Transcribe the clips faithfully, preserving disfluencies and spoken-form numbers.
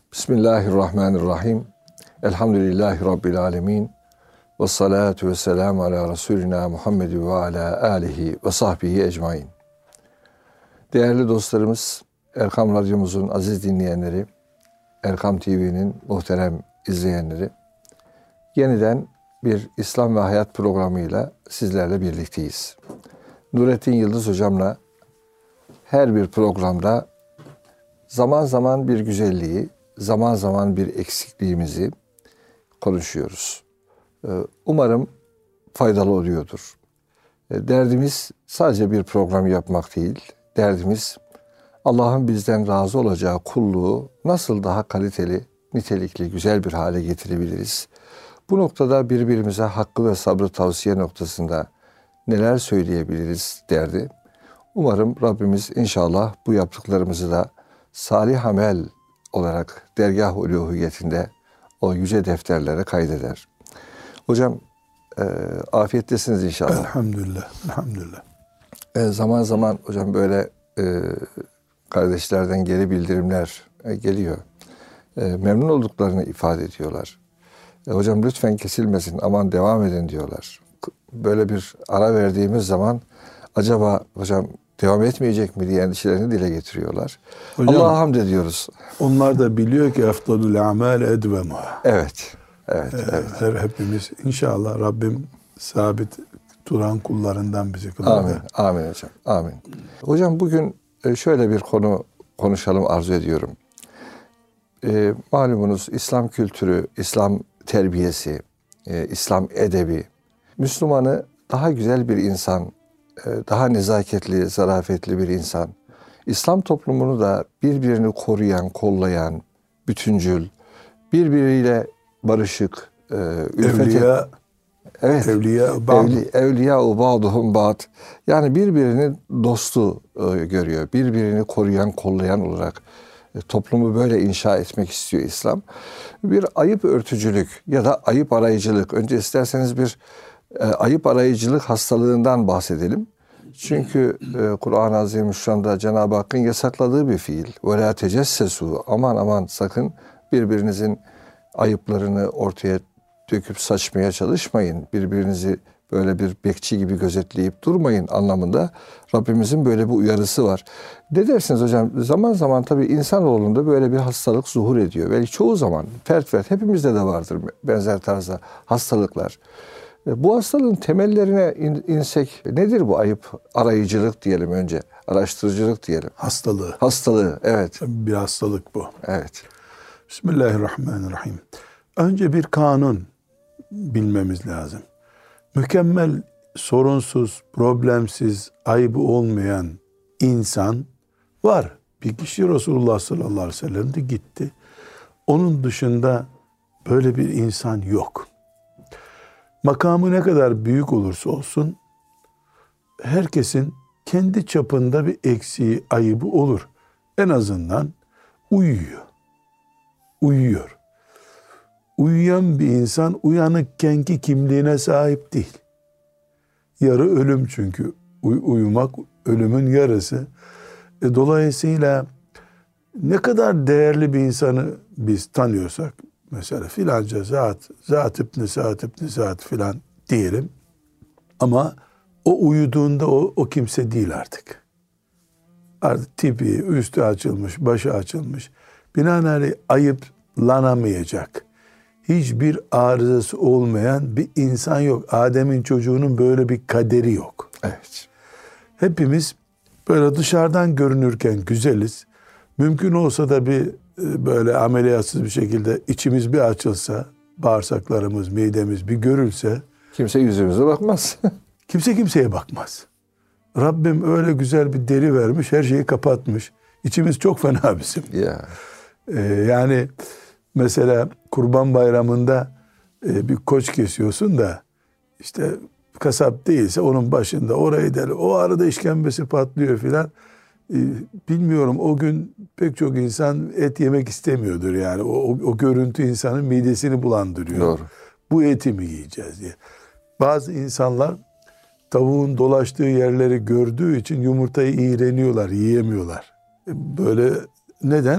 Bismillahirrahmanirrahim. Elhamdülillahi Rabbil alemin. Ve salatu ve selamu ala Resulina Muhammed ve ala alihi ve sahbihi ecmain. Değerli dostlarımız, Erkam Radyomuzun aziz dinleyenleri, Erkam T V'nin muhterem izleyenleri, yeniden bir İslam ve Hayat programıyla sizlerle birlikteyiz. Nurettin Yıldız hocamla her bir programda zaman zaman bir güzelliği, zaman zaman bir eksikliğimizi konuşuyoruz. Umarım faydalı oluyordur. Derdimiz sadece bir program yapmak değil, derdimiz Allah'ın bizden razı olacağı kulluğu nasıl daha kaliteli, nitelikli, güzel bir hale getirebiliriz? Bu noktada birbirimize hakkı ve sabrı tavsiye noktasında neler söyleyebiliriz derdi. Umarım Rabbimiz inşallah bu yaptıklarımızı da salih amel olarak dergâh uluhiyetinde o yüce defterlere kaydeder. Hocam e, afiyettesiniz inşallah. Elhamdülillah. Elhamdülillah. E, zaman zaman hocam böyle e, kardeşlerden geri bildirimler e, geliyor. E, memnun olduklarını ifade ediyorlar. E, hocam lütfen kesilmesin, aman devam edin diyorlar. Böyle bir ara verdiğimiz zaman acaba hocam devam etmeyecek mi diye endişelerini dile getiriyorlar. Allah'a hamd ediyoruz. Onlar da biliyor ki efdalul amel edvemuha. Evet. Evet, ee, evet. Her hepimiz inşallah Rabbim sabit duran kullarından bizi kılar. Amin. Amin hocam. Amin. Hocam bugün şöyle bir konu konuşalım arzu ediyorum. E, malumunuz İslam kültürü, İslam terbiyesi, e, İslam edebi Müslümanı daha güzel bir insan, daha nezaketli, zarafetli bir insan, İslam toplumunu da birbirini koruyan, kollayan, bütüncül, birbiriyle barışık, e, evliya, evet, evliya, evli, evliya-u ba'duhum ba'd. Yani birbirini dostu e, görüyor, birbirini koruyan, kollayan olarak e, toplumu böyle inşa etmek istiyor İslam. Bir ayıp örtücülük ya da ayıp arayıcılık. Önce isterseniz bir e, ayıp arayıcılık hastalığından bahsedelim. Çünkü e, Kur'an-ı Azimüşşan'da Cenab-ı Hakk'ın yasakladığı bir fiil. وَلَا تَجَسَّسُوا. Aman aman sakın birbirinizin ayıplarını ortaya döküp saçmaya çalışmayın. Birbirinizi böyle bir bekçi gibi gözetleyip durmayın anlamında Rabbimizin böyle bir uyarısı var. Ne dersiniz hocam? Zaman zaman tabii insanoğlunda böyle bir hastalık zuhur ediyor. Belki çoğu zaman fert fert hepimizde de vardır benzer tarzda hastalıklar. Bu hastalığın temellerine in, insek nedir bu ayıp arayıcılık diyelim önce, araştırıcılık diyelim. Hastalığı. Hastalığı, evet. Bir hastalık bu. Evet. Bismillahirrahmanirrahim. Önce bir kanun bilmemiz lazım. Mükemmel, sorunsuz, problemsiz, ayıbı olmayan insan var. Bir kişi Resulullah sallallahu aleyhi ve sellem de gitti. Onun dışında böyle bir insan yok. Makamı ne kadar büyük olursa olsun herkesin kendi çapında bir eksiği, ayıbı olur. En azından uyuyor. Uyuyor. Uyuyan bir insan uyanıkkenki kimliğine sahip değil. Yarı ölüm çünkü. Uy- uyumak ölümün yarısı. E, dolayısıyla ne kadar değerli bir insanı biz tanıyorsak, mesela filanca zat, zat ibn zat ibn zat filan diyelim. Ama o uyuduğunda o, o kimse değil artık. Artık tipi, üstü açılmış, başı açılmış. Binaenaleyh ayıplanamayacak, hiçbir arızası olmayan bir insan yok. Adem'in çocuğunun böyle bir kaderi yok. Evet. Hepimiz böyle dışarıdan görünürken güzeliz. Mümkün olsa da bir böyle ameliyatsız bir şekilde içimiz bir açılsa, bağırsaklarımız, midemiz bir görülse, kimse yüzümüze bakmaz. kimse kimseye bakmaz. Rabbim öyle güzel bir deri vermiş, her şeyi kapatmış. İçimiz çok fena bizim. Ya. Ee, yani mesela Kurban Bayramı'nda e, bir koç kesiyorsun da işte kasap değilse onun başında orayı deli. O arada işkembesi patlıyor filan. Ee, bilmiyorum, o gün pek çok insan et yemek istemiyordur yani. O, o, o görüntü insanın midesini bulandırıyor. Doğru. Bu eti mi yiyeceğiz diye. Bazı insanlar tavuğun dolaştığı yerleri gördüğü için yumurtayı iğreniyorlar, yiyemiyorlar. Böyle neden?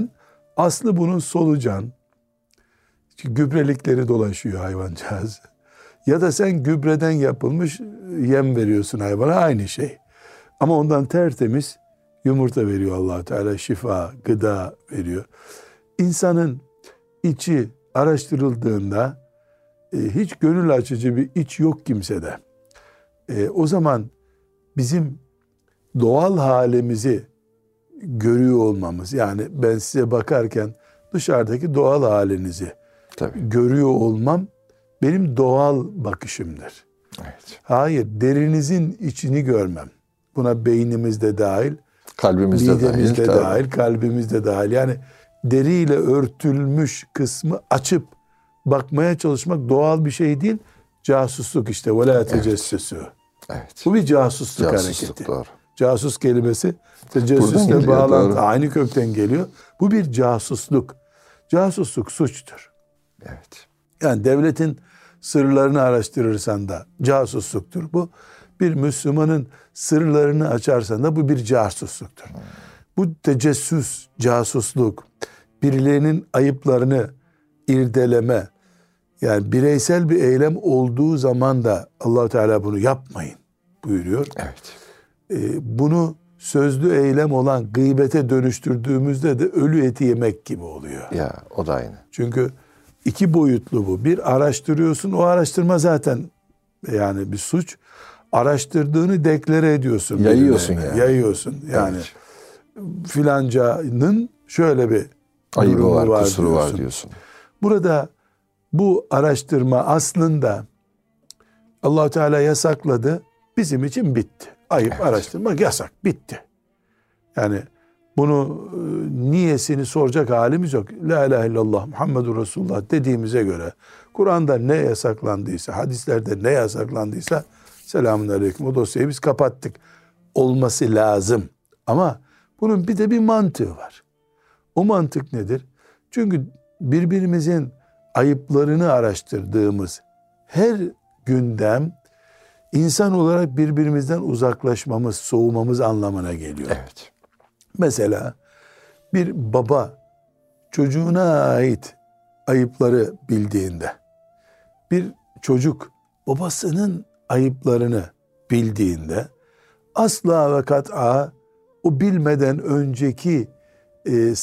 Aslı bunun solucan. Gübrelikleri dolaşıyor hayvancağız. Ya da sen gübreden yapılmış yem veriyorsun hayvana, aynı şey. Ama ondan tertemiz yumurta veriyor Allah Teala, şifa, gıda veriyor. İnsanın içi araştırıldığında e, hiç gönül açıcı bir iç yok kimsede. E, o zaman bizim doğal halimizi görüyor olmamız, yani ben size bakarken dışarıdaki doğal halinizi Tabii. görüyor olmam benim doğal bakışımdır. Evet. Hayır, derinizin içini görmem. Buna beynimiz de dahil, Kalbimiz de midemiz dahil. de tabii. dahil, kalbimiz de dahil. Yani deriyle örtülmüş kısmı açıp bakmaya çalışmak doğal bir şey değil. Casusluk işte. وَلَا تَجَسَّسُوا. Evet. Bu bir casusluk, Casusluk, hareketi. doğru. Casus kelimesi Buradan tecessüsle geliyor, bağlantı, doğru. aynı kökten geliyor. Bu bir casusluk. Casusluk suçtur. Evet. Yani devletin sırlarını araştırırsan da casusluktur bu. Bir Müslümanın sırlarını açarsan da bu bir casusluktur. Hmm. Bu tecessüs, casusluk, birilerinin ayıplarını irdeleme, yani bireysel bir eylem olduğu zaman da Allah Teala bunu yapmayın buyuruyor. Evet. Ee, bunu sözlü eylem olan gıybete dönüştürdüğümüzde de ölü eti yemek gibi oluyor. Ya o da aynı. Çünkü iki boyutlu bu. Bir, araştırıyorsun, o araştırma zaten yani bir suç. Araştırdığını deklare ediyorsun. Yayıyorsun birine. yani. Yayıyorsun. Yani Evet. filancanın şöyle bir Ayıbı durumu var, var kusuru diyorsun. var diyorsun. Burada bu araştırma aslında Allah Teala yasakladı. Bizim için bitti. Ayıp Evet. araştırmak yasak. Bitti. Yani bunu e, niyesini soracak halimiz yok. La ilahe illallah Muhammedur Resulullah dediğimize göre Kur'an'da ne yasaklandıysa, hadislerde ne yasaklandıysa selamun aleyküm, o dosyayı biz kapattık olması lazım. Ama bunun bir de bir mantığı var. O mantık nedir? Çünkü birbirimizin ayıplarını araştırdığımız her gündem insan olarak birbirimizden uzaklaşmamız, soğumamız anlamına geliyor. Evet. Mesela bir baba çocuğuna ait ayıpları bildiğinde, bir çocuk babasının ayıplarını bildiğinde asla ve kat'a o bilmeden önceki e, e,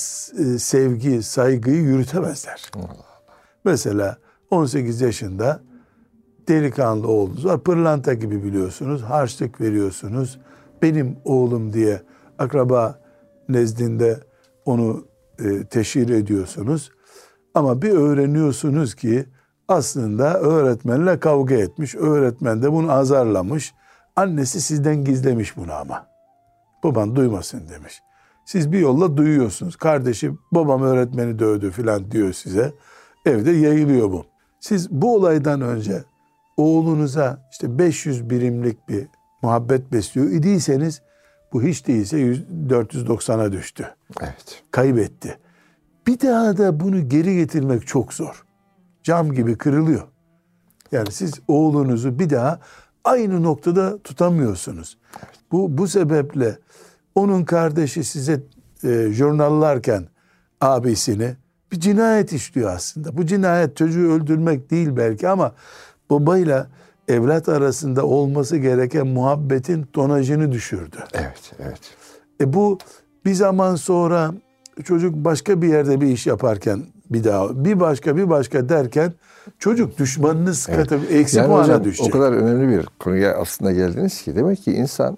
sevgi, saygıyı yürütemezler. Allah Allah. Mesela on sekiz yaşında delikanlı oğlunuz var. Pırlanta gibi biliyorsunuz. Harçlık veriyorsunuz. Benim oğlum diye akraba nezdinde onu e, teşhir ediyorsunuz. Ama bir öğreniyorsunuz ki aslında öğretmenle kavga etmiş. Öğretmen de bunu azarlamış. Annesi sizden gizlemiş bunu ama. Baban duymasın demiş. Siz bir yolla duyuyorsunuz. Kardeşi babam öğretmeni dövdü filan diyor size. Evde yayılıyor bu. Siz bu olaydan önce oğlunuza işte beş yüz birimlik bir muhabbet besliyor idiyseniz bu hiç değilse dört yüz doksana düştü. Evet. Kaybetti. Bir daha da bunu geri getirmek çok zor. Cam gibi kırılıyor. Yani siz oğlunuzu bir daha aynı noktada tutamıyorsunuz. Bu bu sebeple onun kardeşi size e, jurnallarken abisini bir cinayet işliyor aslında. Bu cinayet çocuğu öldürmek değil belki ama babayla evlat arasında olması gereken muhabbetin tonajını düşürdü. Evet, evet. E bu bir zaman sonra çocuk başka bir yerde bir iş yaparken bir daha bir başka bir başka derken çocuk düşmanınız Evet. katı eksi Yani puana hocam, düşecek. o kadar önemli bir konuya aslında geldiniz ki demek ki insan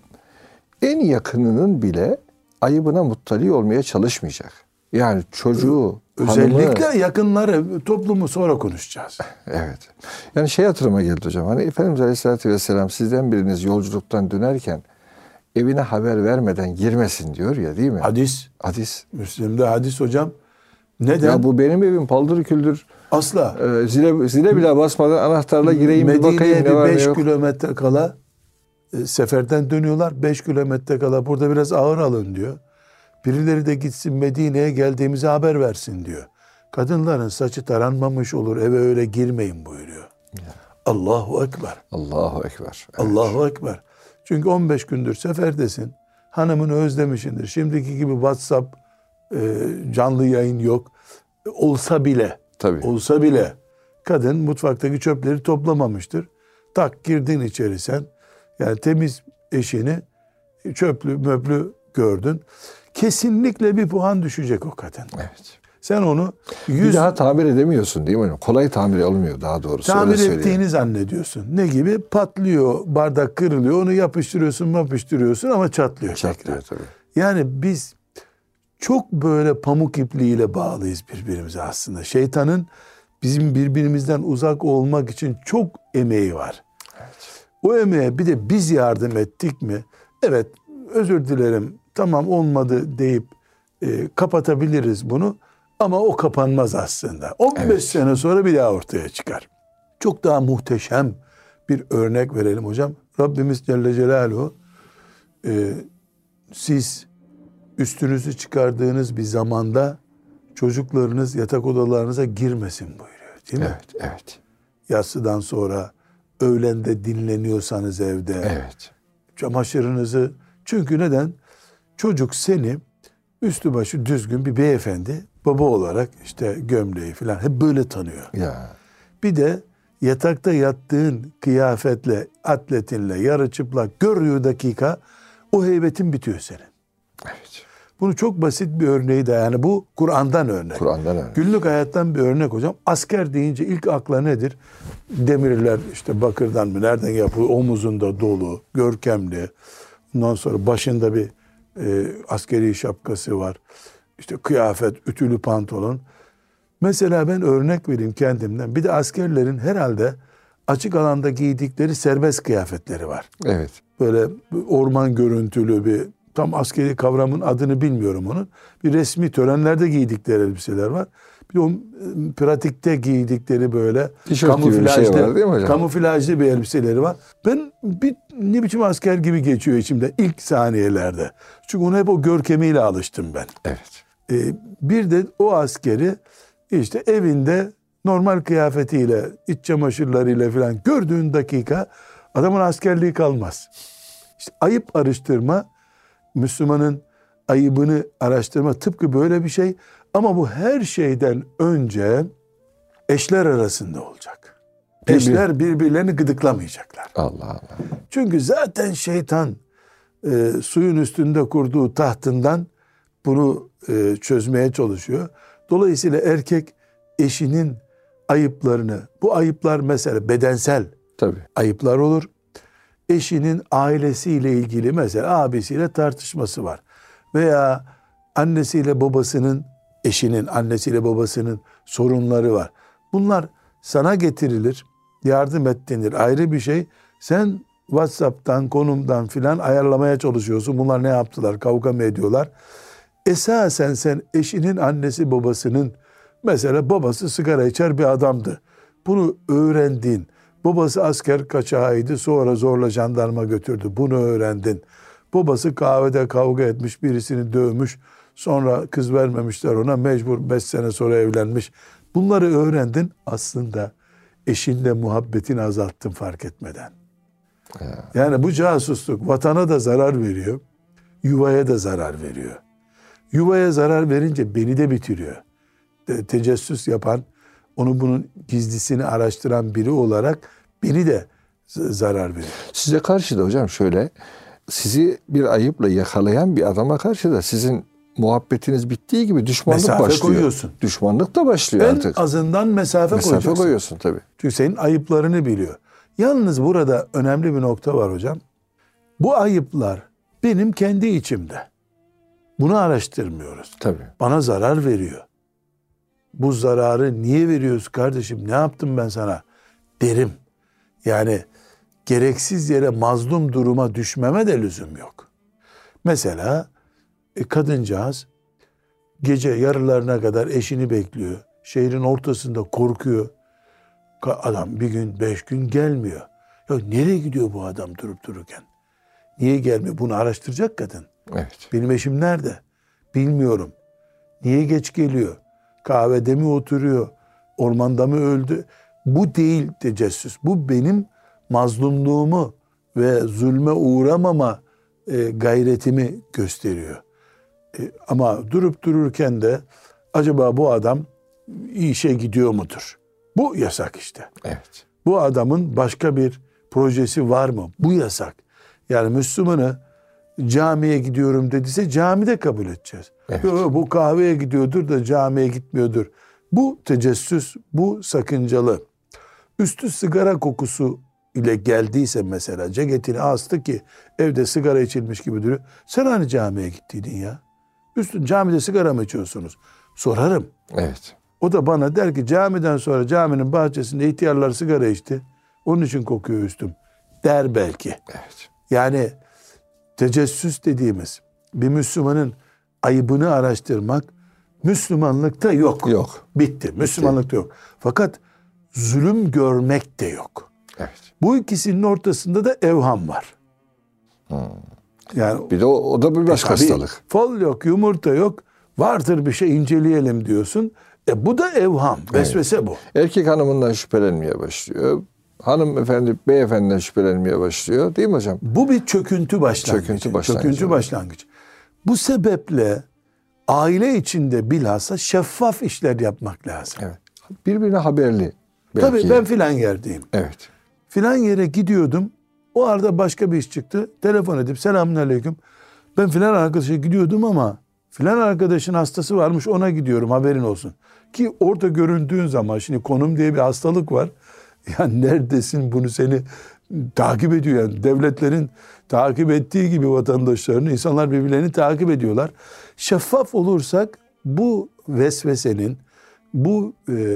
en yakınının bile ayıbına muttali olmaya çalışmayacak. Yani çocuğu, Özellikle hanımı, yakınları, toplumu sonra konuşacağız. evet. Yani şey hatırıma geldi hocam. Hani Efendimiz Aleyhisselatü Vesselam sizden biriniz yolculuktan dönerken evine haber vermeden girmesin diyor ya, değil mi? Hadis. Hadis. Müslim'de hadis hocam. Neden? Ya bu benim evim, paldır küldür. Asla. Ee, zile, zile bile basmadan anahtarla gireyim bir bakayım Medine'ye ne var bir ne beş yok. kilometre kala e, seferden dönüyorlar. Beş kilometre kala burada biraz ağır alın diyor. Birileri de gitsin Medine'ye geldiğimizi haber versin diyor. Kadınların saçı taranmamış olur, eve öyle girmeyin buyuruyor. Ya. Allahu Ekber. Allahu Ekber. Evet. Allahu Ekber. Çünkü on beş gündür seferdesin. Hanımını özlemişindir. Şimdiki gibi WhatsApp e, canlı yayın yok. Olsa bile, Tabii. olsa bile kadın mutfaktaki çöpleri toplamamıştır. Tak girdin içeri sen. Yani temiz eşini çöplü möplü gördün. Kesinlikle bir puan düşecek o kadın. Evet. Sen onu yüz... Bir daha tamir edemiyorsun değil mi? Kolay tamir olmuyor daha doğrusu. Tamir Öyle ettiğini söyleyeyim. zannediyorsun. Ne gibi? Patlıyor, bardak kırılıyor, onu yapıştırıyorsun, yapıştırıyorsun ama çatlıyor. Çatlıyor tekrar. tabii. Yani biz çok böyle pamuk ipliğiyle bağlıyız birbirimize aslında. Şeytanın bizim birbirimizden uzak olmak için çok emeği var. Evet. O emeğe bir de biz yardım ettik mi? Evet, özür dilerim, tamam olmadı deyip e, kapatabiliriz bunu. Ama o kapanmaz aslında. on beş Evet. sene sonra bir daha ortaya çıkar. Çok daha muhteşem bir örnek verelim hocam. Rabbimiz Celle Celaluhu e, siz üstünüzü çıkardığınız bir zamanda çocuklarınız yatak odalarınıza girmesin buyuruyor. Değil mi? Evet, evet. Yatsıdan sonra öğlende dinleniyorsanız evde Evet. çamaşırınızı, çünkü neden? Çocuk seni üstü başı düzgün bir beyefendi, baba olarak işte gömleği falan hep böyle tanıyor. Ya. Bir de yatakta yattığın kıyafetle, atletinle, yarı çıplak görüyor dakika, o heybetin bitiyor senin. Evet. Bunu çok basit bir örneği de, yani bu Kur'an'dan örnek. Kur'an'dan öyle. Günlük hayattan bir örnek hocam. Asker deyince ilk akla nedir? Demirler işte bakırdan mı nereden yapılıyor? Omuzunda dolu, görkemli. Ondan sonra başında bir e, askeri şapkası var. İşte kıyafet, ütülü pantolon. Mesela ben örnek vereyim kendimden. Bir de askerlerin herhalde açık alanda giydikleri serbest kıyafetleri var. Evet. Böyle orman görüntülü bir, tam askeri kavramın adını bilmiyorum onun. Bir resmi törenlerde giydikleri elbiseler var. Bir de o pratikte giydikleri böyle Tişört gibi bir şey var değil mi hocam? kamuflajlı bir elbiseleri var. Ben bir, ne biçim asker gibi geçiyor içimde ilk saniyelerde. Çünkü ona hep o görkemiyle alıştım ben. Evet. Ee, bir de o askeri işte evinde normal kıyafetiyle, iç çamaşırlarıyla falan gördüğün dakika adamın askerliği kalmaz. İşte ayıp araştırma, Müslümanın ayıbını araştırma tıpkı böyle bir şey. Ama bu her şeyden önce eşler arasında olacak. Birbir- Eşler birbirlerini gıdıklamayacaklar. Allah Allah. Çünkü zaten şeytan e, suyun üstünde kurduğu tahtından bunu e, çözmeye çalışıyor. Dolayısıyla erkek eşinin ayıplarını, bu ayıplar mesela bedensel Tabii. ayıplar olur. Eşinin ailesiyle ilgili mesela abisiyle tartışması var. Veya annesiyle babasının, eşinin annesiyle babasının sorunları var. Bunlar sana getirilir, yardım et denir, ayrı bir şey. Sen WhatsApp'tan, konumdan filan ayarlamaya çalışıyorsun. Bunlar ne yaptılar, kavga mı ediyorlar? Esasen sen eşinin annesi babasının, mesela babası sigara içer bir adamdı. Bunu öğrendin. Babası asker kaçağıydı, sonra zorla jandarma götürdü. Bunu öğrendin. Babası kahvede kavga etmiş, birisini dövmüş. Sonra kız vermemişler ona, mecbur beş sene sonra evlenmiş. Bunları öğrendin. Aslında eşinle muhabbetini azalttın fark etmeden. Ya. Yani bu casusluk vatana da zarar veriyor, yuvaya da zarar veriyor. Yuvaya zarar verince beni de bitiriyor. Te- tecessüs yapan, onu bunun gizlisini araştıran biri olarak beni de z- zarar veriyor. Size karşı da hocam şöyle, sizi bir ayıpla yakalayan bir adama karşı da sizin muhabbetiniz bittiği gibi düşmanlık Mesafe başlıyor. koyuyorsun. Düşmanlık da başlıyor En artık. azından mesafe, Mesafe koyacaksın. koyuyorsun tabii. Çünkü senin ayıplarını biliyor. Yalnız burada önemli bir nokta var hocam. Bu ayıplar benim kendi içimde. Bunu araştırmıyoruz. Tabii. Bana zarar veriyor. Bu zararı niye veriyoruz kardeşim? Ne yaptım ben sana? Derim. Yani gereksiz yere mazlum duruma düşmeme de lüzum yok. Mesela e, kadıncağız gece yarılarına kadar eşini bekliyor. Şehrin ortasında korkuyor. Ka- Adam bir gün, beş gün gelmiyor. Ya nereye gidiyor bu adam durup dururken? Niye gelmiyor? Bunu araştıracak kadın. Evet. Benim eşim nerede? Bilmiyorum. Niye geç geliyor? Kahvede mi oturuyor? Ormanda mı öldü? Bu değil tecessüs. Bu benim mazlumluğumu ve zulme uğramama e, gayretimi gösteriyor. E, ama durup dururken de acaba bu adam işe gidiyor mudur? Bu yasak işte. Evet. Bu adamın başka bir projesi var mı? Bu yasak. Yani Müslümanı camiye gidiyorum dediyse camide kabul edeceğiz. Evet. Yo, bu kahveye gidiyordur da camiye gitmiyordur. Bu tecessüs, bu sakıncalı. Üstü sigara kokusu ile geldiyse mesela ceketini astı ki evde sigara içilmiş gibi duruyor. Sen hani camiye gittiydin ya? Üstün camide sigara mı içiyorsunuz? Sorarım. Evet. O da bana der ki camiden sonra caminin bahçesinde ihtiyarlar sigara içti. Onun için kokuyor üstüm. Der belki. Evet. Yani tecessüs dediğimiz bir Müslümanın ayıbını araştırmak Müslümanlıkta yok. Yok. Bitti. Müslümanlıkta yok. Fakat zulüm görmek de yok. Evet. Bu ikisinin ortasında da evham var. Hmm. Yani Bir de o, o da bir başka tabii, hastalık. fol yok, yumurta yok. Vardır bir şey, inceleyelim diyorsun. E bu da evham. Vesvese evet. Bu. Erkek hanımından şüphelenmeye başlıyor. Hanımefendi beyefendiden şüphelenmeye başlıyor. Değil mi hocam? Bu bir çöküntü başlangıcı. Çöküntü başlangıcı. Çöküntü başlangıcı. Bu sebeple aile içinde bilhassa şeffaf işler yapmak lazım. Evet. Birbirine haberli. Belki. Tabii ben filan yerdeyim. Evet. Filan yere gidiyordum. O arada başka bir iş çıktı. Telefon edip selamünaleyküm. Ben filan arkadaşa gidiyordum ama filan arkadaşın hastası varmış, ona gidiyorum, haberin olsun. Ki orada göründüğün zaman, şimdi konum diye bir hastalık var. Yani neredesin, bunu seni takip ediyor. Yani devletlerin takip ettiği gibi vatandaşlarını, insanlar birbirlerini takip ediyorlar. Şeffaf olursak bu vesvesenin, bu e,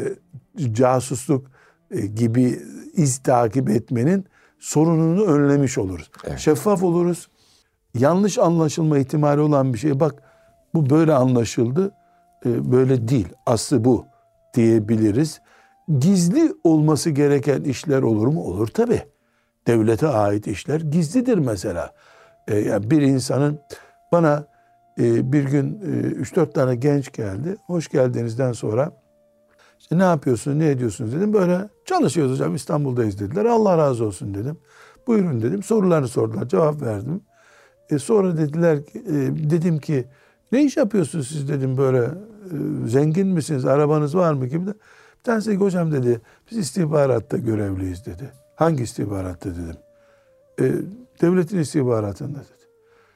casusluk e, gibi iz takip etmenin sorununu önlemiş oluruz. Evet. Şeffaf oluruz. Yanlış anlaşılma ihtimali olan bir şey, bak bu böyle anlaşıldı, e, böyle değil, aslı bu diyebiliriz. Gizli olması gereken işler olur mu? Olur tabii. Devlete ait işler gizlidir mesela. E, yani bir insanın bana e, bir gün e, üç dört tane genç geldi. Hoş geldinizden sonra işte ne yapıyorsunuz, ne ediyorsunuz dedim. Böyle çalışıyoruz hocam, İstanbul'dayız dediler. Allah razı olsun dedim. Buyurun dedim. Sorularını sordular, cevap verdim. E sonra dediler ki, e, dedim ki ne iş yapıyorsunuz siz dedim, böyle e, zengin misiniz, arabanız var mı gibi de. Bir tanesi ki hocam dedi, biz istihbaratta görevliyiz dedi. Hangi istihbaratta dedim. E, devletin istihbaratında dedi.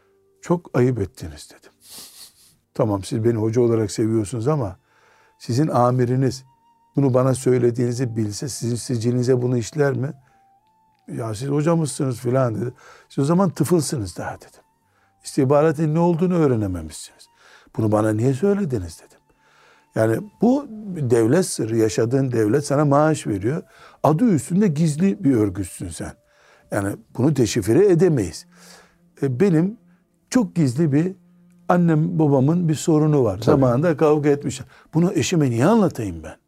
Çok ayıp ettiniz dedim. Tamam, siz beni hoca olarak seviyorsunuz ama sizin amiriniz bunu bana söylediğinizi bilse sizin sicilinize bunu işler mi? Ya siz hocamızsınız filan dedi. Siz o zaman tıfılsınız daha dedim. İstihbaratın ne olduğunu öğrenememişsiniz. Bunu bana niye söylediniz dedim. Yani bu devlet sırrı, yaşadığın devlet sana maaş veriyor. Adı üstünde gizli bir örgütsün sen. Yani bunu deşifre edemeyiz. E benim çok gizli bir annem babamın bir sorunu var. Tabii. Zamanında kavga etmişler. Bunu eşime niye anlatayım ben?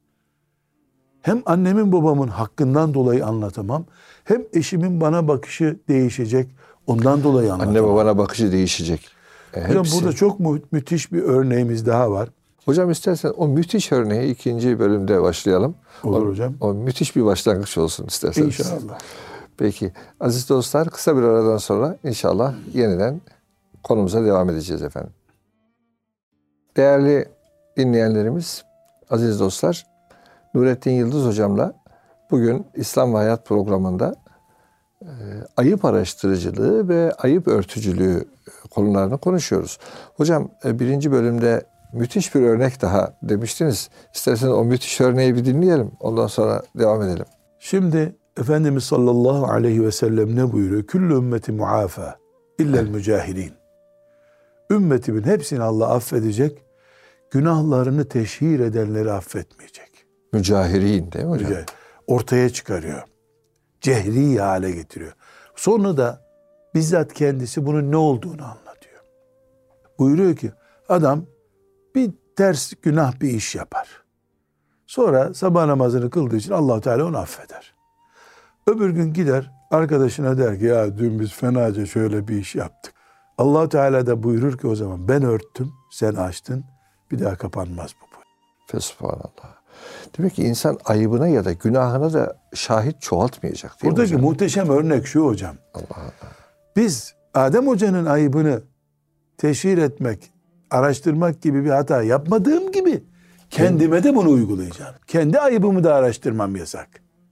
Hem annemin babamın hakkından dolayı anlatamam. Hem eşimin bana bakışı değişecek. Ondan dolayı anlatamam. Anne babana bakışı değişecek. E, Hocam burada çok mü- müthiş bir örneğimiz daha var. Hocam istersen o müthiş örneği ikinci bölümde başlayalım. Olur o, hocam. O müthiş bir başlangıç olsun isterseniz. İnşallah. Peki aziz dostlar, kısa bir aradan sonra inşallah yeniden konumuza devam edeceğiz efendim. Değerli dinleyenlerimiz, aziz dostlar, Nurettin Yıldız hocamla bugün İslam ve Hayat programında e, ayıp araştırıcılığı ve ayıp örtücülüğü konularını konuşuyoruz. Hocam e, birinci bölümde müthiş bir örnek daha demiştiniz. İsterseniz o müthiş örneği bir dinleyelim. Ondan sonra devam edelim. Şimdi Efendimiz sallallahu aleyhi ve sellem ne buyuruyor? Küllü ümmeti muafa illel mücahidin. Ümmetimin hepsini Allah affedecek. Günahlarını teşhir edenleri affetmeyecek. Mücahirin değil mi hocam? Ortaya çıkarıyor. Cehri hale getiriyor. Sonra da bizzat kendisi bunun ne olduğunu anlatıyor. Buyuruyor ki adam bir ters günah bir iş yapar. Sonra sabah namazını kıldığı için Allah Teala onu affeder. Öbür gün gider arkadaşına der ki ya dün biz fenaca şöyle bir iş yaptık. Allah Teala da buyurur ki o zaman ben örttüm, sen açtın, bir daha kapanmaz bu. Fesubhanallah. Demek ki insan ayıbına ya da günahına da şahit çoğaltmayacak değil mi Buradaki hocam? muhteşem örnek şu hocam. Allah Allah. Biz Adem Hoca'nın ayıbını teşhir etmek, araştırmak gibi bir hata yapmadığım gibi kendime de bunu uygulayacağım. Kendi ayıbımı da araştırmam yasak.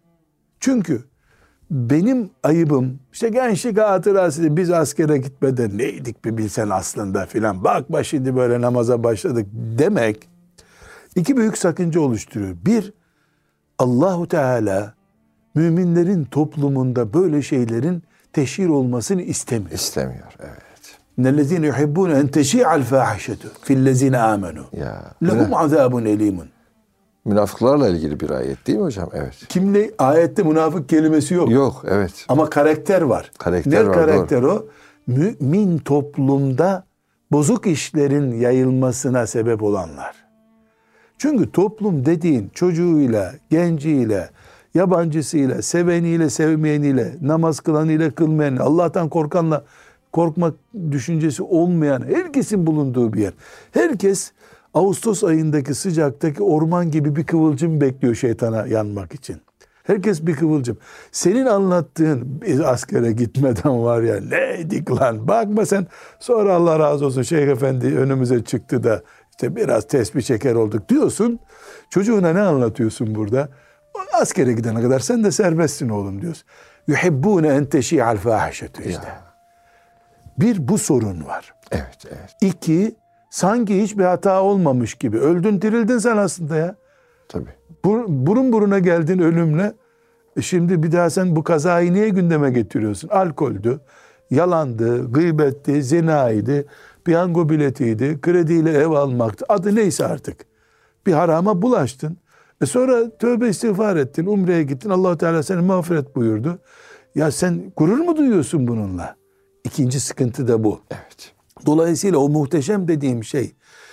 Çünkü benim ayıbım işte gençlik hatırası, biz askere gitmeden neydik bir bilsen aslında filan, bak şimdi böyle namaza başladık demek iki büyük sakınca oluşturuyor. Bir, Allahu Teala müminlerin toplumunda böyle şeylerin teşhir olmasını istemiyor. İstemiyor, evet. İnnellezîne yuhibbûne en teşî'al fâhişetu fillezîne âmenû. Ya, Lehum azâbun elîmun. münafıklarla ilgili bir ayet değil mi hocam? Evet. Kimle ayette münafık kelimesi yok. Yok, evet. Ama karakter var. Karakter ne var, karakter o? Mümin toplumda bozuk işlerin yayılmasına sebep olanlar. Çünkü toplum dediğin çocuğuyla, genciyle, yabancısıyla, seveniyle, sevmeyeniyle, namaz kılanıyla, kılmayanıyla, Allah'tan korkanla korkmak düşüncesi olmayan herkesin bulunduğu bir yer. Herkes Ağustos ayındaki sıcaktaki orman gibi bir kıvılcım bekliyor şeytana yanmak için. Herkes bir kıvılcım. Senin anlattığın biz askere gitmeden var ya neydik lan, bakma sen, sonra Allah razı olsun Şeyh Efendi önümüze çıktı da işte biraz tesbih çeker olduk diyorsun. Çocuğuna ne anlatıyorsun burada? Askere gidene kadar sen de serbestsin oğlum diyorsun. Yuhibbûne en teşî'al fâhişetu işte. Ya. Bir, bu sorun var. Evet, evet. İki, sanki hiçbir hata olmamış gibi. Öldün dirildin sen aslında ya. Tabii. Bur, burun buruna geldin ölümle. E şimdi bir daha sen bu kazayı niye gündeme getiriyorsun? Alkoldü, yalandı, gıybetti, zinaydı, piyango biletiydi, krediyle ev almaktı. Adı neyse artık. Bir harama bulaştın. E sonra tövbe istiğfar ettin, umreye gittin. Allah Teala seni mağfiret buyurdu. Ya sen gurur mu duyuyorsun bununla? İkinci sıkıntı da bu. Evet. Dolayısıyla o muhteşem dediğim şey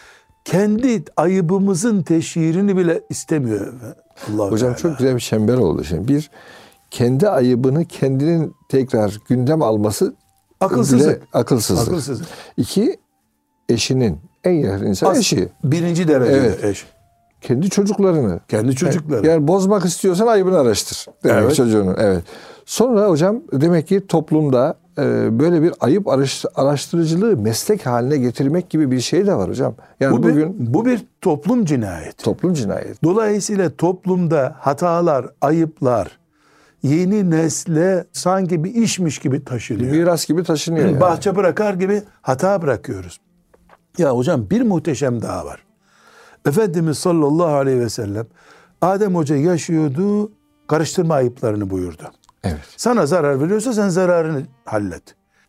kendi ayıbımızın teşhirini bile istemiyor. Allah Hocam Teala. çok güzel bir çember oldu şimdi. Bir, kendi ayıbını kendinin tekrar gündem alması Akılsızlık. bile akılsızlık. Akılsızlık. İki, eşinin, en yakın insan As- eşi. Birinci derecede Evet. eş. Kendi çocuklarını. Kendi çocukları. Yani bozmak istiyorsan ayıbını araştır. Demek Evet. çocuğunun. Evet. Sonra hocam demek ki toplumda e, böyle bir ayıp araş- araştırıcılığı meslek haline getirmek gibi bir şey de var hocam. Yani bu, bugün bir, bu bir toplum cinayeti. toplum cinayeti. Dolayısıyla toplumda hatalar, ayıplar yeni nesle sanki bir işmiş gibi taşınıyor. Miras gibi taşınıyor. Yani. Bahçe bırakar gibi hata bırakıyoruz. Ya hocam bir muhteşem daha var. Efendimiz sallallahu aleyhi ve sellem Adem Hoca yaşıyordu, karıştırma ayıplarını buyurdu. Evet. Sana zarar veriyorsa sen zararını hallet.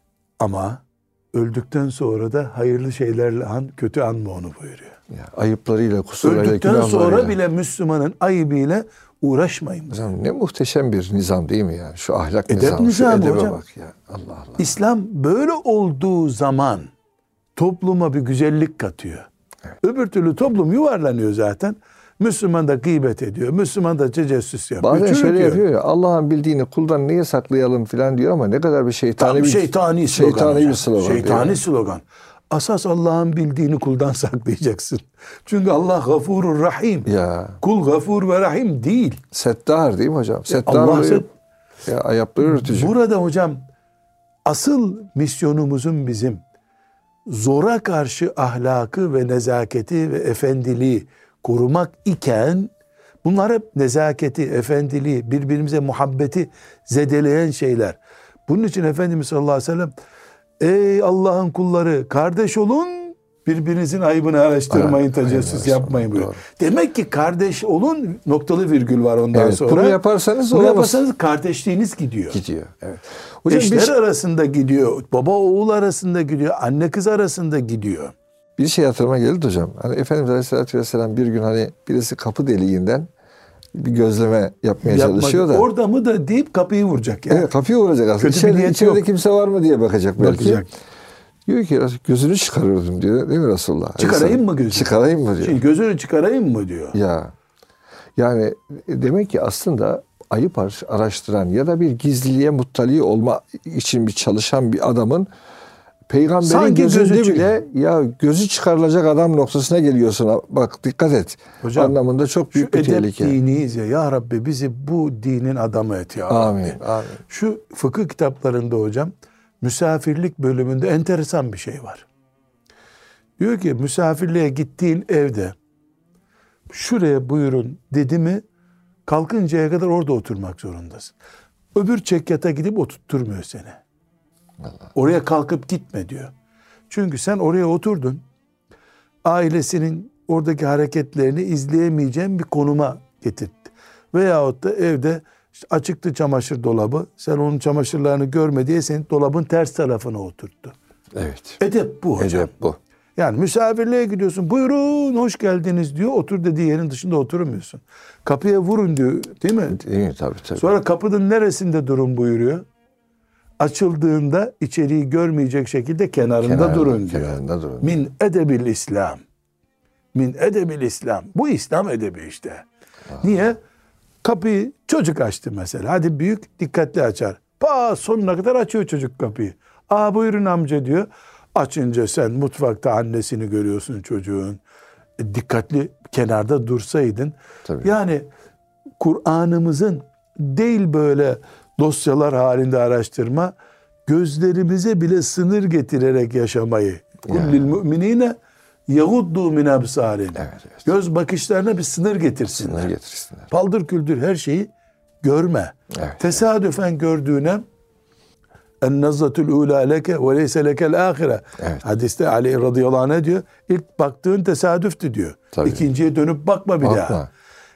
Ama öldükten sonra da hayırlı şeylerle an, kötü anma onu buyuruyor. Ya, ayıplarıyla, kusurlarıyla, Öldükten günahlarıyla. sonra bile Müslümanın ayıbıyla uğraşmayın. Hocam ne muhteşem bir nizam değil mi yani? Şu ahlak Edep nizamı, şu nizamı edebe hocam. bak ya. Allah Allah. İslam böyle olduğu zaman topluma bir güzellik katıyor. Evet. Öbür türlü toplum yuvarlanıyor zaten. Müslüman da gıybet ediyor. Müslüman da tecessüs yapıyor. Bazen şöyle çürütüyor. yapıyor ya, Allah'ın bildiğini kuldan niye saklayalım filan diyor ama ne kadar bir şeytani Tam bir şeytani slogan. şeytani hocam. bir slogan. Şeytani yani. slogan. Asas Allah'ın bildiğini kuldan saklayacaksın. Çünkü Allah gafurur rahim. Ya Kul gafur ve rahim değil. Settar değil mi hocam? Settar Allah oluyor. set- Ya ayıpları örtücü. Burada hocam asıl misyonumuzun bizim zora karşı ahlakı ve nezaketi ve efendiliği korumak iken bunlar hep nezaketi, efendiliği, birbirimize muhabbeti zedeleyen şeyler. Bunun için Efendimiz sallallahu aleyhi ve sellem ey Allah'ın kulları kardeş olun, birbirinizin ayıbını araştırmayın, Ha, tecessüs aynen, yapmayın buyuruyor. doğru. Demek ki kardeş olun, noktalı virgül var ondan Evet, sonra. bunu yaparsanız bunu olamaz. yaparsanız kardeşliğiniz gidiyor. Gidiyor. Evet. Hocam Eşler bir, şey- arasında gidiyor, baba oğul arasında gidiyor, anne kız arasında gidiyor. bir şey hatırıma geldi hocam. Hani Efendimiz Aleyhisselatü Vesselam bir gün hani birisi kapı deliğinden bir gözleme yapmaya Yapmak- çalışıyor da. Orada mı da deyip kapıyı vuracak ya. Evet, kapıyı vuracak aslında. Kötü bir İçeride, niyeti içeride yok. kimse var mı diye bakacak belki. Bakacak. Diyor ki gözünü çıkarırdım diyor. Değil mi Resulullah? Çıkarayım mı gözünü? Çıkarayım mı diyor. Şimdi gözünü çıkarayım mı diyor. Ya yani demek ki aslında ayıp araştıran ya da bir gizliliğe muttali olma için bir çalışan bir adamın peygamberin Sanki gözünde gözü bile ya gözü çıkarılacak adam noktasına geliyorsun. Bak dikkat et. Hocam, anlamında çok Şu büyük bir edep tehlike. diniyiz ya. Ya Rabbi bizi bu dinin adamı et ya Amin. Rabbi. Amin. Şu fıkıh kitaplarında hocam misafirlik bölümünde enteresan bir şey var. Diyor ki misafirliğe gittiğin evde şuraya buyurun dedi mi kalkıncaya kadar orada oturmak zorundasın. Öbür çekyata gidip oturtturmuyor seni. Allah. Oraya kalkıp gitme diyor. Çünkü sen oraya oturdun. Ailesinin oradaki hareketlerini izleyemeyeceğin bir konuma getirdi. Veyahut da evde işte açıktı çamaşır dolabı. Sen onun çamaşırlarını görme diye senin dolabın ters tarafına oturttu. Evet. Edep bu hocam. Edep bu. Yani misafirliğe gidiyorsun. Buyurun hoş geldiniz diyor. Otur dediği yerin dışında oturmuyorsun. Kapıya vurun diyor. Değil mi? Değil mi? Tabii tabii. Sonra kapının neresinde durun buyuruyor. Açıldığında içeriği görmeyecek şekilde kenarında, Kenarında, durun diyor. kenarında durun. Min edebil İslam. Min edebil İslam. Bu İslam edebi işte. Aa. Niye? Kapıyı çocuk açtı mesela. Hadi büyük dikkatli açar. Pa sonuna kadar açıyor çocuk kapıyı. Aa buyurun amca diyor. Açınca sen mutfakta annesini görüyorsun çocuğun. E, dikkatli kenarda dursaydın. Tabii. Yani Kur'an'ımızın değil böyle dosyalar halinde araştırma, gözlerimize bile sınır getirerek yaşamayı. Kullil müminine yaguddu min absarihim. Evet, evet. Göz bakışlarına bir sınır getirsinler. Sınır getirsinler. Paldır küldür her şeyi görme. Evet, Tesadüfen gördüğüne en nazzatul ula leke ve leyse lekel ahire. Evet. Hadiste Ali radıyallahu anh ne diyor? İlk baktığın tesadüftü diyor. Tabii. İkinciye dönüp bakma bir Bakma. daha.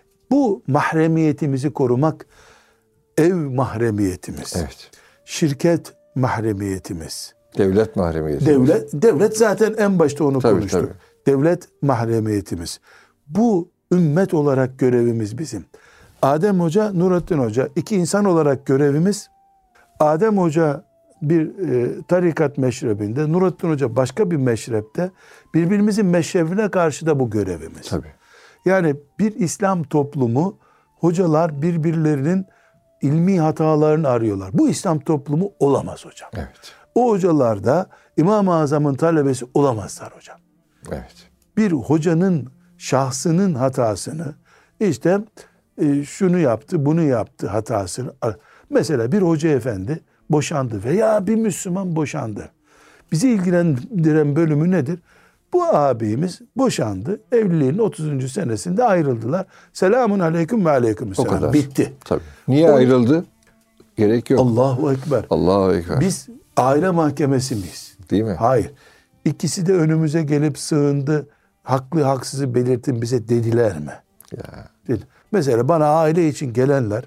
Bu mahremiyetimizi korumak ev mahremiyetimiz. Evet. Şirket mahremiyetimiz. Devlet mahremiyeti. Devlet devlet zaten en başta onu Tabii, konuştuk. tabii. Devlet mahremiyetimiz. Bu ümmet olarak görevimiz bizim. Adem Hoca, Nurattin Hoca iki insan olarak görevimiz. Adem Hoca bir e, tarikat meşrebinde, Nurattin Hoca başka bir meşrepte, birbirimizin meşrebine karşı da bu görevimiz. Tabii. Yani bir İslam toplumu, hocalar birbirlerinin ilmi hatalarını arıyorlar. Bu İslam toplumu olamaz hocam. Evet. O hocalar da İmam-ı Azam'ın talebesi olamazlar hocam. Evet. Bir hocanın şahsının hatasını, işte e, şunu yaptı, bunu yaptı hatasını. Mesela bir hoca efendi boşandı veya bir Müslüman boşandı. Bizi ilgilendiren bölümü nedir? Bu abimiz boşandı. Evliliğin otuzuncu senesinde ayrıldılar. Selamun aleyküm ve aleyküm O selam. kadar. Bitti. Tabii. Niye O- ayrıldı? Gerek yok. Allahu Ekber. Allahu Ekber. Biz aile mahkemesi miyiz? Değil mi? Hayır. İkisi de önümüze gelip sığındı. Haklı haksızı belirtin bize dediler mi? Ya. Dedi. Mesela bana aile için gelenler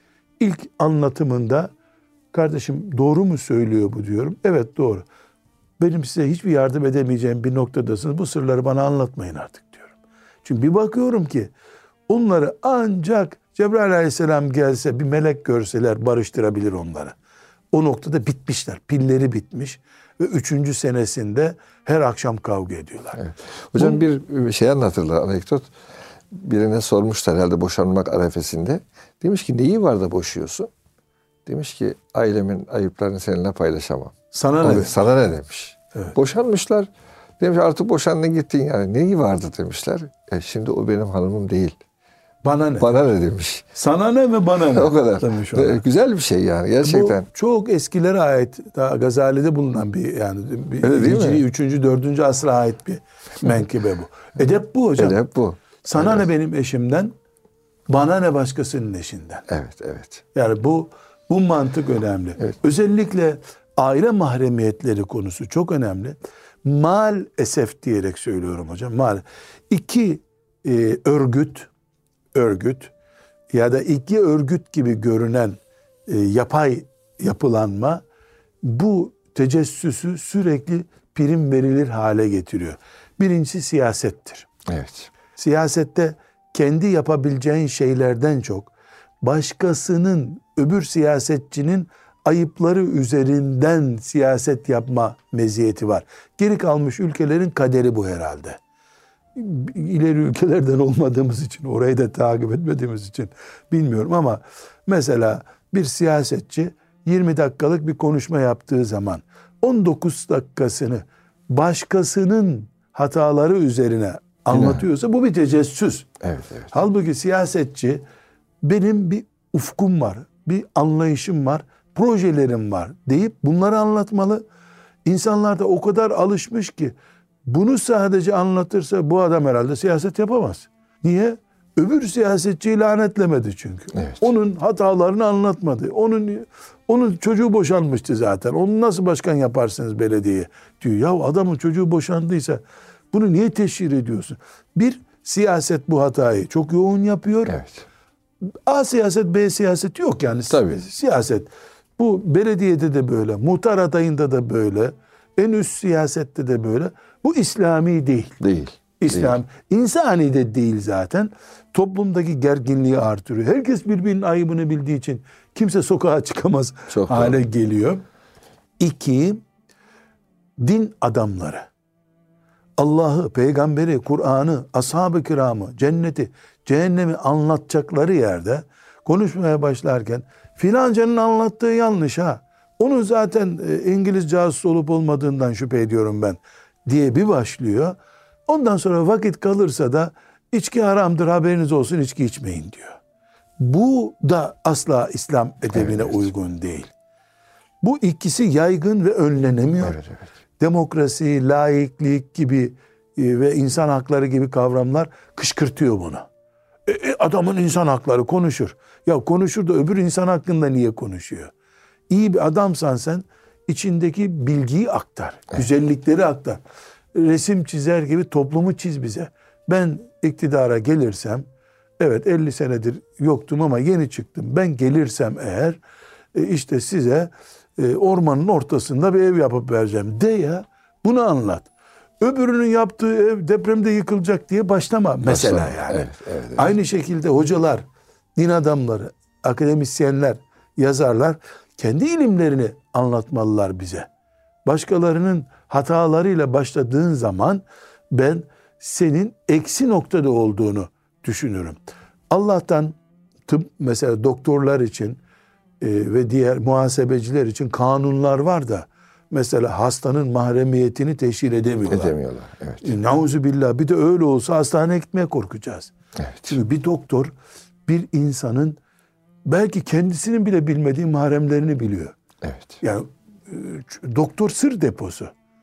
ilk anlatımında kardeşim doğru mu söylüyor bu diyorum. Evet doğru. Benim size hiçbir yardım edemeyeceğim bir noktadasınız. Bu sırları bana anlatmayın artık diyorum. Çünkü bir bakıyorum ki onları ancak Cebrail aleyhisselam gelse bir melek görseler barıştırabilir onları. O noktada bitmişler. Pilleri bitmiş ve üçüncü senesinde her akşam kavga ediyorlar. Evet. Hocam Bu- bir şey anlatırlar anekdot. Birine sormuşlar herhalde boşanmak arefesinde. Demiş ki neyi var da boşuyorsun? Demiş ki ailemin ayıplarını seninle paylaşamam. Sana Abi, ne? sana ne demiş. Evet. Boşanmışlar. Demiş artık boşandın gittin yani. Neyi vardı demişler. E şimdi o benim hanımım değil. Bana ne? Bana ne demiş. Sana ne mi bana ne? O kadar. Demiş ona. E, Güzel bir şey yani gerçekten. Bu çok eskilere ait, daha Gazali'de bulunan bir yani bir Öyle değil mi? Hicri üçüncü dördüncü asra ait bir menkıbe bu. Edep bu hocam. Edep bu. Sana Evet. ne benim eşimden, bana ne başkasının eşinden. Evet, evet. Yani bu bu mantık önemli. Evet. Özellikle aile mahremiyetleri konusu çok önemli. Maalesef diyerek söylüyorum hocam. Mal iki e, örgüt örgüt ya da iki örgüt gibi görünen e, yapay yapılanma bu tecessüsü sürekli prim verilir hale getiriyor. Birincisi siyasettir. Evet. Siyasette kendi yapabileceğin şeylerden çok başkasının, öbür siyasetçinin ayıpları üzerinden siyaset yapma meziyeti var. Geri kalmış ülkelerin kaderi bu herhalde. İleri ülkelerden olmadığımız için, orayı da takip etmediğimiz için bilmiyorum ama mesela bir siyasetçi yirmi dakikalık bir konuşma yaptığı zaman on dokuz dakikasını başkasının hataları üzerine anlatıyorsa bu bir tecessüs. Evet, evet. Halbuki siyasetçi benim bir ufkum var, bir anlayışım var, projelerim var deyip bunları anlatmalı. İnsanlar da o kadar alışmış ki Bunu sadece anlatırsa bu adam herhalde siyaset yapamaz. Niye? Öbür siyasetçiyi lanetlemedi çünkü. Evet. Onun hatalarını anlatmadı. Onun onun çocuğu boşanmıştı zaten. Onu nasıl başkan yaparsınız belediyeye? Diyor. Ya adamın çocuğu boşandıysa bunu niye teşhir ediyorsun? Bir, siyaset bu hatayı çok yoğun yapıyor. Evet. A siyaset, B siyaset yok yani. Tabii. Siyaset. Bu belediyede de böyle, muhtar adayında da böyle, en üst siyasette de böyle. Bu İslami değil. Değil. İslam, değil. insani de değil zaten. Toplumdaki gerginliği artırıyor. Herkes birbirinin ayıbını bildiği için kimse sokağa çıkamaz Çok hale doğru. geliyor. İki, din adamları. Allah'ı, peygamberi, Kur'an'ı, ashab-ı kiramı, cenneti, cehennemi anlatacakları yerde konuşmaya başlarken filancanın anlattığı yanlış ha. Onun zaten İngiliz casus olup olmadığından şüphe ediyorum ben diye bir başlıyor. Ondan sonra vakit kalırsa da içki haramdır haberiniz olsun içki içmeyin diyor. Bu da asla İslam edebine evet. uygun değil. Bu ikisi yaygın ve önlenemiyor. Evet, evet. Demokrasi, laiklik gibi e, ve insan hakları gibi kavramlar kışkırtıyor bunu. E, e, adamın insan hakları konuşur. Ya konuşur da öbür insan hakkında niye konuşuyor? İyi bir adamsan sen içindeki bilgiyi aktar. Evet. Güzellikleri aktar. Resim çizer gibi toplumu çiz bize. Ben iktidara gelirsem, evet elli senedir yoktum ama yeni çıktım. Ben gelirsem eğer e, işte size e, ormanın ortasında bir ev yapıp vereceğim de ya. Bunu anlat. Öbürünün yaptığı ev depremde yıkılacak diye başlama mesela Başlama. yani. Evet, evet, evet. Aynı şekilde hocalar, din adamları, akademisyenler, yazarlar kendi ilimlerini anlatmalılar bize. Başkalarının hatalarıyla başladığın zaman ben senin eksi noktada olduğunu düşünürüm. Allah'tan tıp mesela doktorlar için e, ve diğer muhasebeciler için kanunlar var da mesela hastanın mahremiyetini teşhir edemiyorlar. Edemiyorlar. Evet. E, Nauzubillah bir de öyle olsa hastaneye gitmeye korkacağız. Evet. Çünkü bir doktor bir insanın belki kendisinin bile bilmediği mahremlerini biliyor. Evet. Yani e, doktor sır deposu.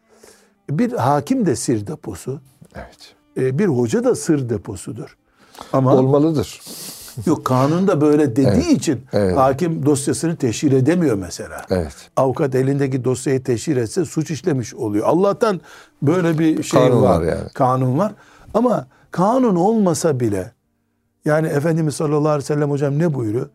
Bir hakim de sır deposu. Evet. E, bir hoca da sır deposudur. Ama olmalıdır. yok kanunda böyle dediği Evet. için Evet. hakim dosyasını teşhir edemiyor mesela. Evet. Avukat elindeki dosyayı teşhir etse suç işlemiş oluyor. Allah'tan böyle bir şey Kanun var. var yani. Kanun var. Ama kanun olmasa bile yani Efendimiz sallallahu aleyhi ve sellem hocam ne buyuruyor?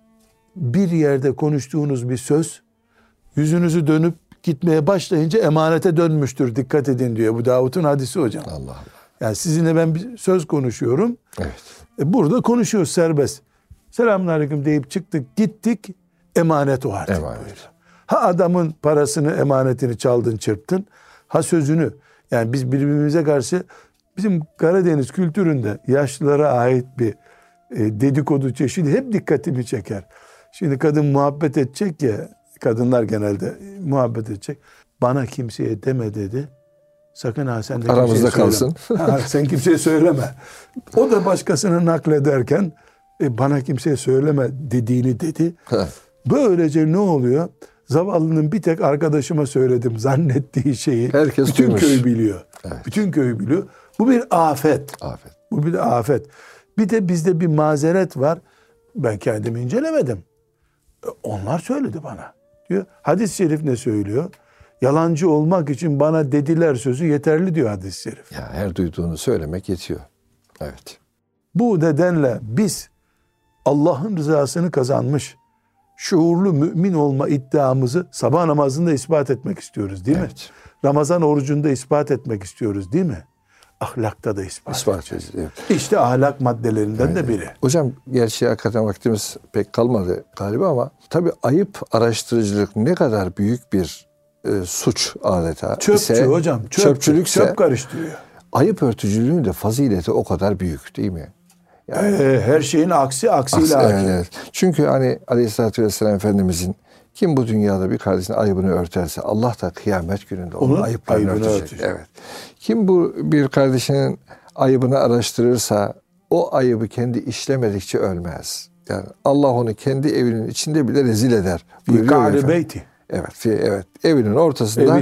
Bir yerde konuştuğunuz bir söz yüzünüzü dönüp gitmeye başlayınca emanete dönmüştür. Dikkat edin diyor. Bu Davud'un hadisi hocam. Allah Allah. Yani sizinle ben bir söz konuşuyorum. Evet. E burada konuşuyoruz serbest. Selamünaleyküm deyip çıktık gittik. Emanet o artık. Emanet. Buyuruyor. Ha adamın parasını emanetini çaldın çırptın. Ha sözünü. Yani biz birbirimize karşı bizim Karadeniz kültüründe yaşlılara ait bir e, dedikodu çeşidi hep dikkatimi çeker. Şimdi kadın muhabbet edecek ya, kadınlar genelde muhabbet edecek. Bana kimseye deme dedi. Sakın ha sen de aramızda kimseye kalsın. söyleme. Ha, sen kimseye söyleme. O da başkasını naklederken e, bana kimseye söyleme dediğini dedi. Böylece ne oluyor? Zavallının bir tek arkadaşıma söyledim zannettiği şeyi herkes bütün duymuş. köy biliyor. Evet. Bütün köy biliyor. Bu bir afet. Afet. Bu bir afet. Bir de bizde bir mazeret var. Ben kendimi incelemedim. Onlar söyledi bana. Diyor. Hadis-i şerif ne söylüyor? Yalancı olmak için bana dediler sözü yeterli diyor hadis-i şerif. Ya her duyduğunu söylemek yetiyor. Evet. Bu nedenle biz Allah'ın rızasını kazanmış, şuurlu mümin olma iddiamızı sabah namazında ispat etmek istiyoruz değil evet. mi? Ramazan orucunda ispat etmek istiyoruz değil mi? Ahlakta da ispat, İspat edeceğiz. evet. İşte ahlak maddelerinden evet. de biri. Hocam gerçi hakikaten vaktimiz pek kalmadı galiba ama tabii ayıp araştırıcılık ne kadar büyük bir e, suç adeta. Çöpçü ise, hocam. Çöpçü, çöpçülükse çöp karıştırıyor. Ayıp örtücülüğün de fazileti o kadar büyük değil mi? Yani, ee, her şeyin aksi aksiyle aksi, hakim. Evet. Çünkü hani Aleyhisselatü Vesselam Efendimizin kim bu dünyada bir kardeşinin ayıbını örterse Allah da kıyamet gününde onun, onun ayıplarını örtecek. örtecek. Evet. Kim bu bir kardeşinin ayıbını araştırırsa o ayıbı kendi işlemedikçe ölmez. Yani Allah onu kendi evinin içinde bile rezil eder. Bir beyti. Evet, evet. Evinin ortasında Evi,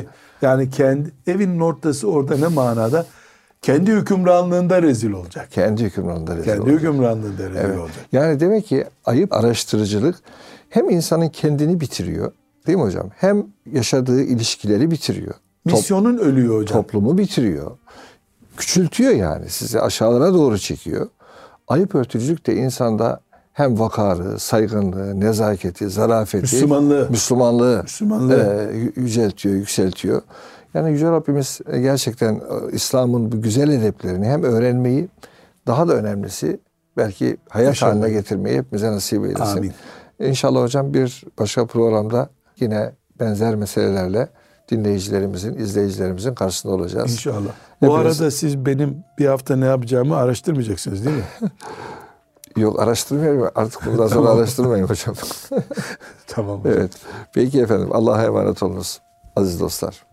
Yani kendi evinin ortası orada ne manada? Kendi hükümranlığında rezil olacak. Kendi hükümranlığında rezil Kendi olacak. hükümranlığında rezil Evet. olacak. Yani demek ki ayıp araştırıcılık hem insanın kendini bitiriyor, değil mi hocam? Hem yaşadığı ilişkileri bitiriyor. Misyonun Top, ölüyor hocam. Toplumu bitiriyor. Küçültüyor yani. Sizi aşağılara doğru çekiyor. Ayıp örtücülük de insanda hem vakarı, saygınlığı, nezaketi, zarafeti, Müslümanlığı, Müslümanlığı, Müslümanlığı. E, yüceltiyor, yükseltiyor. Yani Yüce Rabbimiz gerçekten İslam'ın bu güzel edeplerini hem öğrenmeyi, daha da önemlisi belki hayat İnşallah. haline getirmeyi hepimize nasip eylesin. Amin. İnşallah hocam bir başka programda yine benzer meselelerle dinleyicilerimizin, izleyicilerimizin karşısında olacağız. İnşallah. Hepiniz... Bu arada siz benim bir hafta ne yapacağımı araştırmayacaksınız değil mi? Yok, araştırmıyorum. Artık bundan sonra Tamam. araştırmayın hocam. Tamam hocam. Evet. Peki efendim. Allah'a emanet olunuz aziz dostlar.